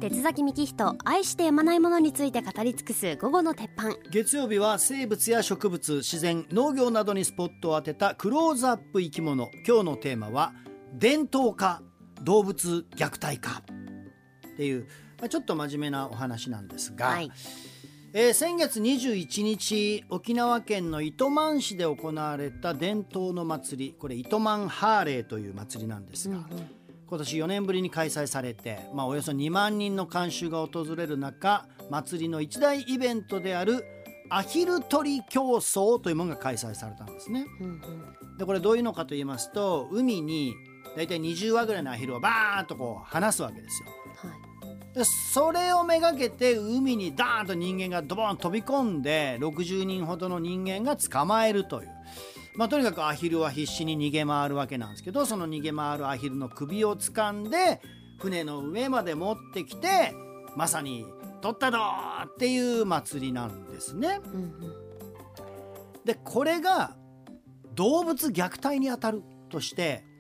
鉄崎幹人、愛してやまないものについて語り尽くす午後の鉄板。 月曜日は生物や植物、自然、農業などにスポットを当てたクローズアップ生き物。今日のテーマは伝統か動物虐待かっていう、ちょっと真面目なお話なんですが、先月21日沖縄県の糸満市で行われた伝統の祭り、これ糸満ハーレーという祭りなんですが、今年4年ぶりに開催されて、およそ2万人の観衆が訪れる中、祭りの一大イベントであるアヒル取り競争というものが開催されたんですね。でこれどういうのかと言いますと、海にだいたい20羽ぐらいのアヒルをバーンとこう放すわけですよ。でそれをめがけて海にダーンと人間がドボン飛び込んで、60人ほどの人間が捕まえるという、とにかくアヒルは必死に逃げ回るわけなんですけど、その逃げ回るアヒルの首を掴んで船の上まで持ってきて、まさに取ったどーっていう祭りなんですね。でこれが動物虐待にあたるとして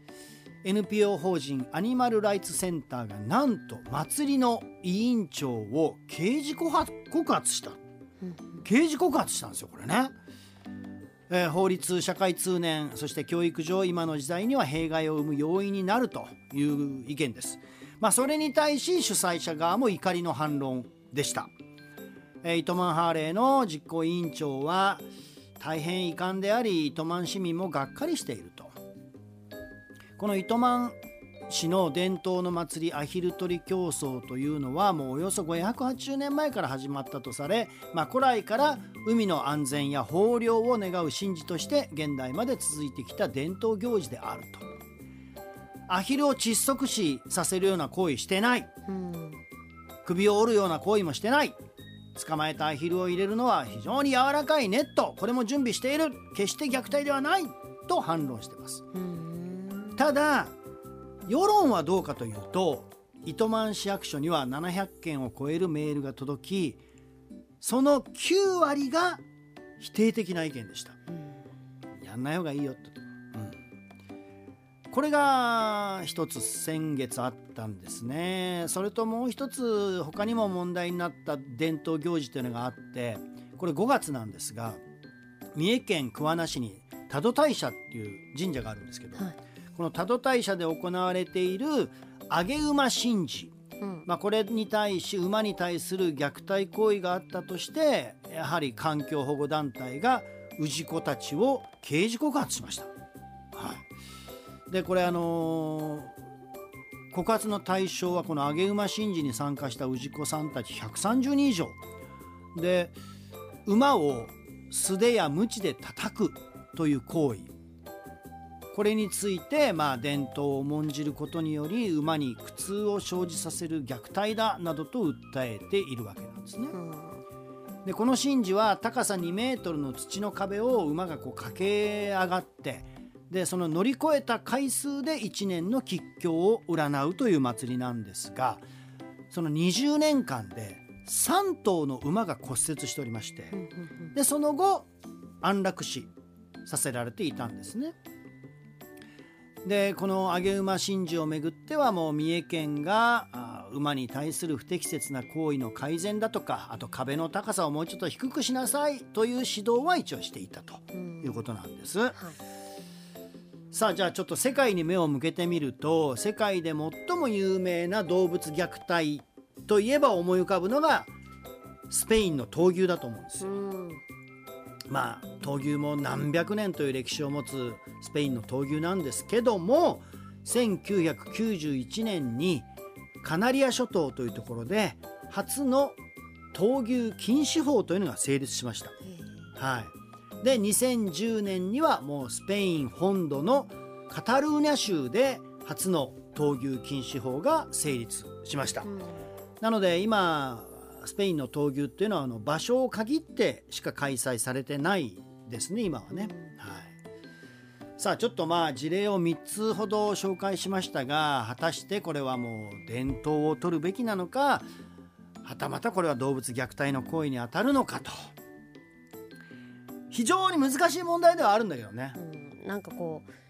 、NPO 法人アニマルライツセンターがなんと祭りの委員長を刑事告発した。刑事告発したんですよこれね。法律、社会通念、そして教育上今の時代には弊害を生む要因になるという意見です。それに対し主催者側も怒りの反論でした。糸満ハーレーの実行委員長は、大変遺憾であり糸満市民もがっかりしていると。この糸満市の伝統の祭りアヒル取り競争というのは、もうおよそ580年前から始まったとされ、古来から海の安全や豊漁を願う神事として現代まで続いてきた伝統行事であると。アヒルを窒息死させるような行為してない、首を折るような行為もしてない、捕まえたアヒルを入れるのは非常に柔らかいネット、これも準備している、決して虐待ではないと反論しています。ただ世論はどうかというと、糸満市役所には700件を超えるメールが届き、その9割が否定的な意見でした。やんない方がいいよと、これが一つ先月あったんですね。それともう一つ他にも問題になった伝統行事というのがあって、これ5月なんですが、三重県桑名市に多度大社っていう神社があるんですけど、この多度大社で行われている上げ馬神事、これに対し馬に対する虐待行為があったとして、やはり環境保護団体が氏子たちを刑事告発しました。でこれ告発の対象はこの上げ馬神事に参加した氏子さんたち130人以上で、馬を素手や鞭で叩くという行為、これについて伝統を重んじることにより馬に苦痛を生じさせる虐待だなどと訴えているわけなんですね。でこの神事は高さ2メートルの土の壁を馬が駆け上がって、でその乗り越えた回数で1年の吉凶を占うという祭りなんですが、その20年間で3頭の馬が骨折しておりまして、でその後安楽死させられていたんですね。でこの上げ馬神事をめぐっては、もう三重県が馬に対する不適切な行為の改善だとか、あと壁の高さをもうちょっと低くしなさいという指導は一応していたということなんです。さあじゃあちょっと世界に目を向けてみると、世界で最も有名な動物虐待といえば思い浮かぶのがスペインの闘牛だと思うんですよ。闘牛も何百年という歴史を持つスペインの闘牛なんですけども、1991年にカナリア諸島というところで初の闘牛禁止法というのが成立しました。で2010年にはもうスペイン本土のカタルーニャ州で初の闘牛禁止法が成立しました。なので今スペインの闘牛っていうのは場所を限ってしか開催されてないですね、今はね。さあちょっと事例を3つほど紹介しましたが、果たしてこれはもう伝統を取るべきなのか、はたまたこれは動物虐待の行為に当たるのかと、非常に難しい問題ではあるんだけどね。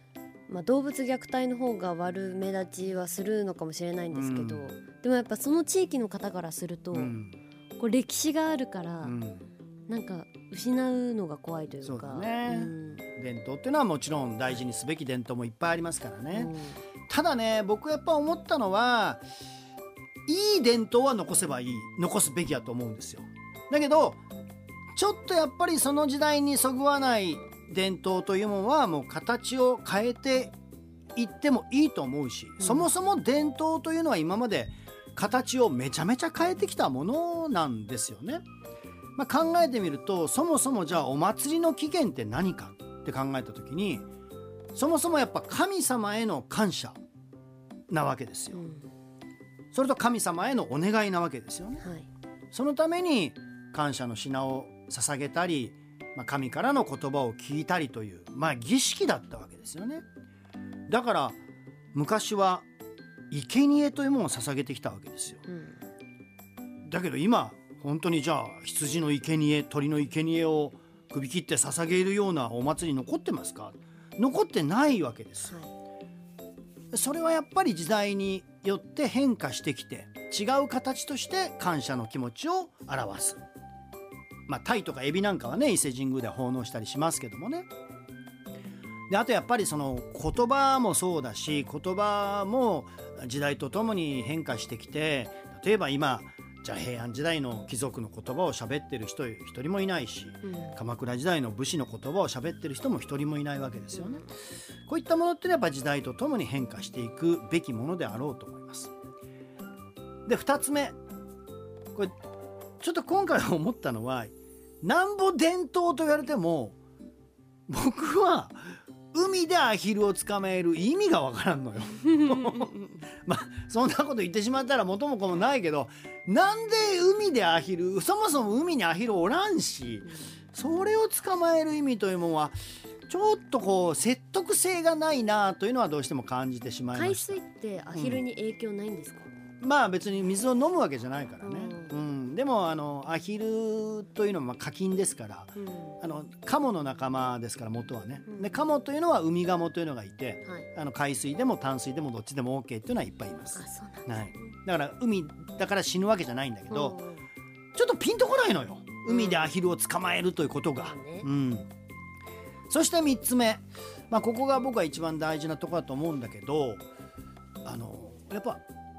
動物虐待の方が悪目立ちはするのかもしれないんですけど、でもやっぱその地域の方からすると、こう歴史があるから、なんか失うのが怖いというか。 そうだね、伝統っていうのはもちろん大事にすべき伝統もいっぱいありますからね、ただね、僕やっぱ思ったのは、いい伝統は残せばいい、残すべきやと思うんですよ。だけどちょっとやっぱりその時代にそぐわない伝統というものはもう形を変えていってもいいと思うし、そもそも伝統というのは今まで形をめちゃめちゃ変えてきたものなんですよね。考えてみると、そもそもじゃあお祭りの起源って何かって考えた時に、そもそもやっぱ神様への感謝なわけですよ、それと神様へのお願いなわけですよね、そのために感謝の品を捧げたり、神からの言葉を聞いたりという、儀式だったわけですよね。だから昔は生贄というものを捧げてきたわけですよ、だけど今本当にじゃあ羊の生贄、鳥の生贄を首切って捧げるようなお祭り残ってますか？残ってないわけです、それはやっぱり時代によって変化してきて、違う形として感謝の気持ちを表す。タイとかエビなんかはね、伊勢神宮では奉納したりしますけどもね。であとやっぱりその言葉もそうだし、言葉も時代とともに変化してきて、例えば今じゃあ平安時代の貴族の言葉を喋ってる人一人もいないし、鎌倉時代の武士の言葉を喋ってる人も一人もいないわけですよね、こういったものってやっぱ時代とともに変化していくべきものであろうと思います。で2つ目、これちょっと今回思ったのは、なんぼ伝統と言われても僕は海でアヒルを捕まえる意味がわからんのよそんなこと言ってしまったら元も子もないけど、なんで海でアヒル、そもそも海にアヒルおらんし、それを捕まえる意味というものはちょっとこう説得性がないなというのはどうしても感じてしまいました。 海水ってアヒルに影響ないんですか？ 別に水を飲むわけじゃないからね、でもアヒルというのは家禽ですから、カモの仲間ですから元はね、でカモというのはウミガモというのがいて、海水でも淡水でもどっちでも OK っていうのはいっぱいいます。 そうなんですね、 だから海だから死ぬわけじゃないんだけど、ちょっとピンとこないのよ、海でアヒルを捕まえるということが、そして3つ目、ここが僕は一番大事なところだと思うんだけど、やっぱ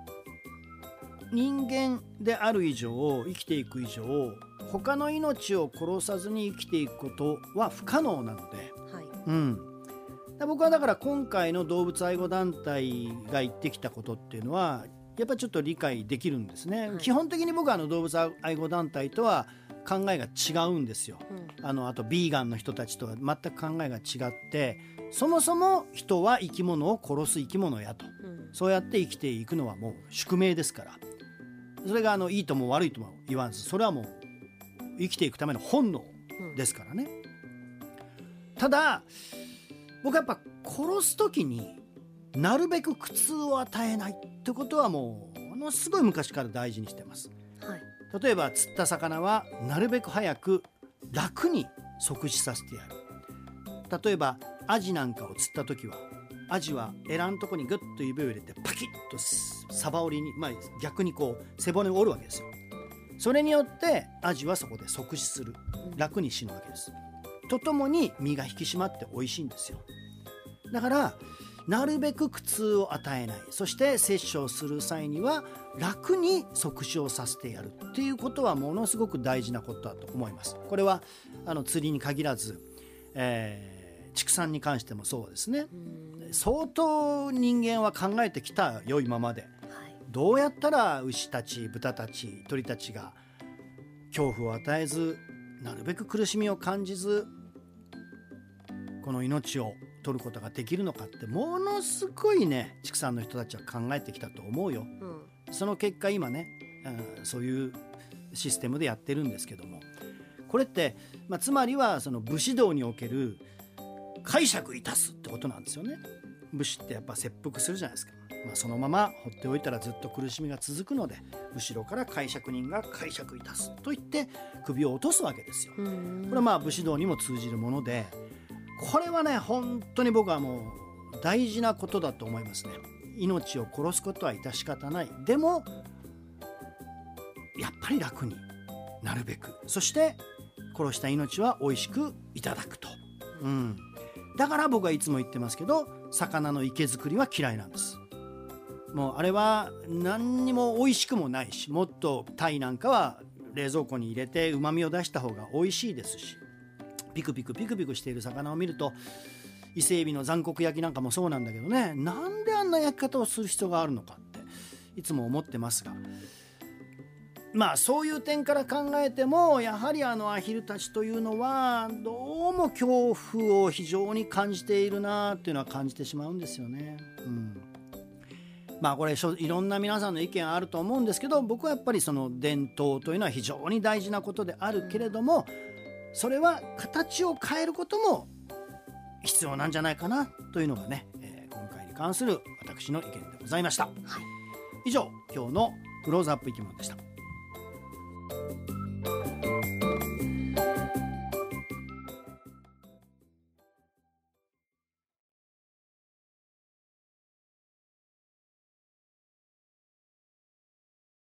人間である以上、生きていく以上、他の命を殺さずに生きていくことは不可能なので、僕はだから今回の動物愛護団体が言ってきたことっていうのはやっぱりちょっと理解できるんですね、基本的に僕は動物愛護団体とは考えが違うんですよ、あとビーガンの人たちとは全く考えが違って、そもそも人は生き物を殺す生き物やと、そうやって生きていくのはもう宿命ですから、それがいいとも悪いとも言わず、それはもう生きていくための本能ですからね、ただ僕はやっぱ殺す時になるべく苦痛を与えないってことはものすごい昔から大事にしてます、例えば釣った魚はなるべく早く楽に即死させてやる。例えばアジなんかを釣った時は、アジはエラのとこにグッと指を入れてパキッとサバ折りに、逆にこう背骨を折るわけですよ。それによってアジはそこで即死する、楽に死ぬわけです。とともに身が引き締まって美味しいんですよ。だからなるべく苦痛を与えない、そして殺生する際には楽に即死をさせてやるっていうことはものすごく大事なことだと思います。これは釣りに限らず、畜産に関してもそうですね。相当人間は考えてきたよ、今まで、どうやったら牛たち、豚たち、鳥たちが恐怖を与えず、なるべく苦しみを感じず、この命を取ることができるのかって、ものすごいね、畜産の人たちは考えてきたと思うよ、その結果今ね、そういうシステムでやってるんですけども、これって、つまりはその武士道における解釈いたすってことなんですよね。武士ってやっぱ切腹するじゃないですか、そのまま放っておいたらずっと苦しみが続くので、後ろから解釈人が解釈いたすと言って首を落とすわけですよ。これは武士道にも通じるもので、これはね本当に僕はもう大事なことだと思いますね。命を殺すことは致し方ない。でもやっぱり楽になるべく、そして殺した命は美味しくいただくと、だから僕はいつも言ってますけど、魚の池作りは嫌いなんです。もうあれは何にも美味しくもないし、もっとタイなんかは冷蔵庫に入れて旨味を出した方が美味しいですし、ピクピクピクピクしている魚を見ると、伊勢海老の残酷焼きなんかもそうなんだけどね、なんであんな焼き方をする必要があるのかっていつも思ってますが、そういう点から考えても、やはりアヒルたちというのはどうも恐怖を非常に感じているなっていうのは感じてしまうんですよね。これいろんな皆さんの意見あると思うんですけど、僕はやっぱりその伝統というのは非常に大事なことであるけれども、それは形を変えることも必要なんじゃないかなというのがね、今回に関する私の意見でございました。以上、今日のクローズアップ生き物でした。